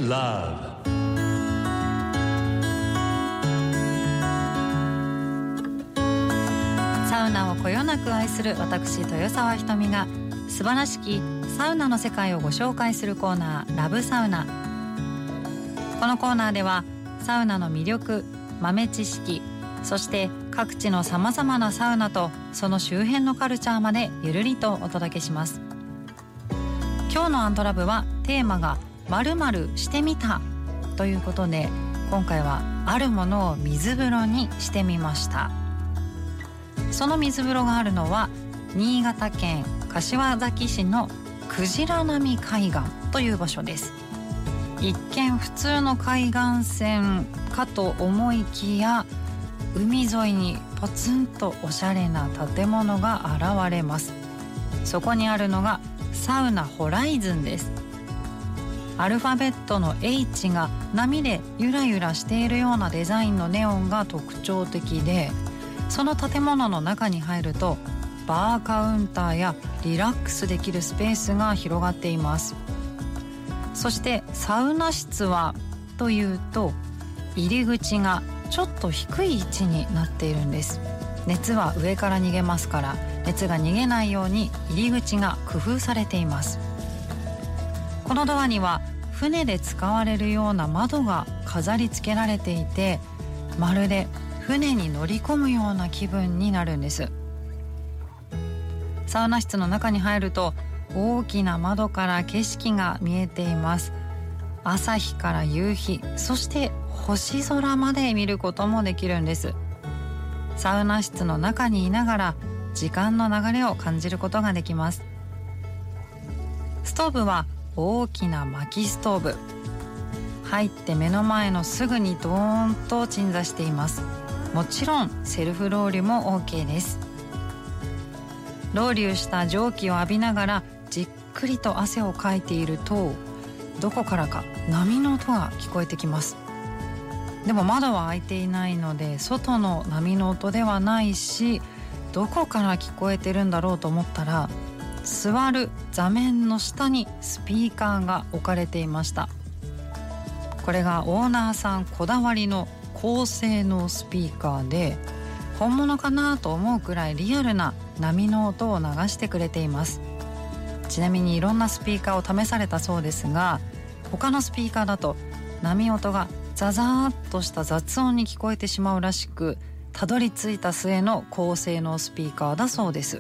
love。 サウナをこよなく愛する私豊沢ひとみが素晴らしきサウナの世界をご紹介するコーナー、ラブサウナ。このコーナーではサウナの魅力、豆知識、そして各地のさまざまなサウナとその周辺のカルチャーまでゆるりとお届けします。今日のアントラブはテーマが〇〇してみたということで、今回はあるものを水風呂にしてみました。その水風呂があるのは新潟県柏崎市のクジラ波海岸という場所です。一見普通の海岸線かと思いきや、海沿いにポツンとおしゃれな建物が現れます。そこにあるのがサウナホライズンです。アルファベットの H が波でゆらゆらしているようなデザインのネオンが特徴的で、その建物の中に入るとバーカウンターやリラックスできるスペースが広がっています。そしてサウナ室はというと、入り口がちょっと低い位置になっているんです。熱は上から逃げますから、熱が逃げないように入り口が工夫されています。このドアには船で使われるような窓が飾り付けられていて、まるで船に乗り込むような気分になるんです。サウナ室の中に入ると大きな窓から景色が見えています。朝日から夕日、そして星空まで見ることもできるんです。サウナ室の中にいながら時間の流れを感じることができます。ストーブは大きな薪ストーブ。入って目の前のすぐにドーンと鎮座しています。もちろんセルフロウリュも OK です。ロウリュした蒸気を浴びながらじっくりと汗をかいていると、どこからか波の音が聞こえてきます。でも窓は開いていないので外の波の音ではないし、どこから聞こえてるんだろうと思ったら、座る座面の下にスピーカーが置かれていました。これがオーナーさんこだわりの高性能スピーカーで、本物かなと思うくらいリアルな波の音を流してくれています。ちなみにいろんなスピーカーを試されたそうですが、他のスピーカーだと波音がザザーッとした雑音に聞こえてしまうらしく、たどり着いた末の高性能スピーカーだそうです。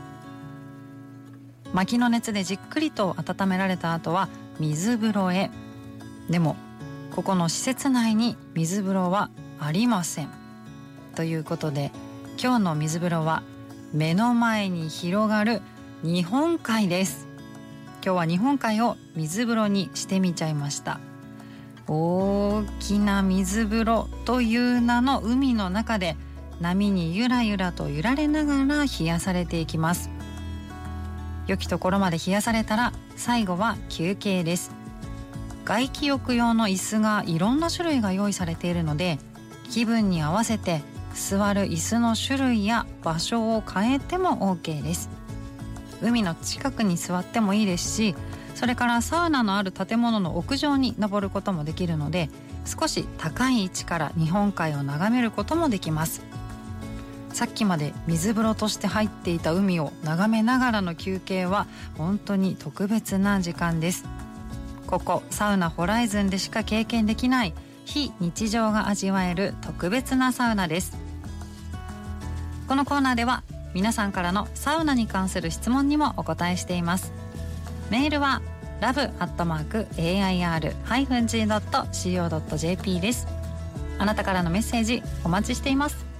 薪の熱でじっくりと温められた後は水風呂へ。でもここの施設内に水風呂はありません。ということで今日の水風呂は目の前に広がる日本海です。今日は日本海を水風呂にしてみちゃいました。大きな水風呂という名の海の中で波にゆらゆらと揺られながら冷やされていきます。良きところまで冷やされたら最後は休憩です。外気浴用の椅子がいろんな種類が用意されているので、気分に合わせて座る椅子の種類や場所を変えても OK です。海の近くに座ってもいいですし、それからサウナのある建物の屋上に登ることもできるので、少し高い位置から日本海を眺めることもできます。さっきまで水風呂として入っていた海を眺めながらの休憩は本当に特別な時間です。ここサウナホライズンでしか経験できない非日常が味わえる特別なサウナです。このコーナーでは皆さんからのサウナに関する質問にもお答えしています。メールは love@air-g.co.jp です。あなたからのメッセージお待ちしています。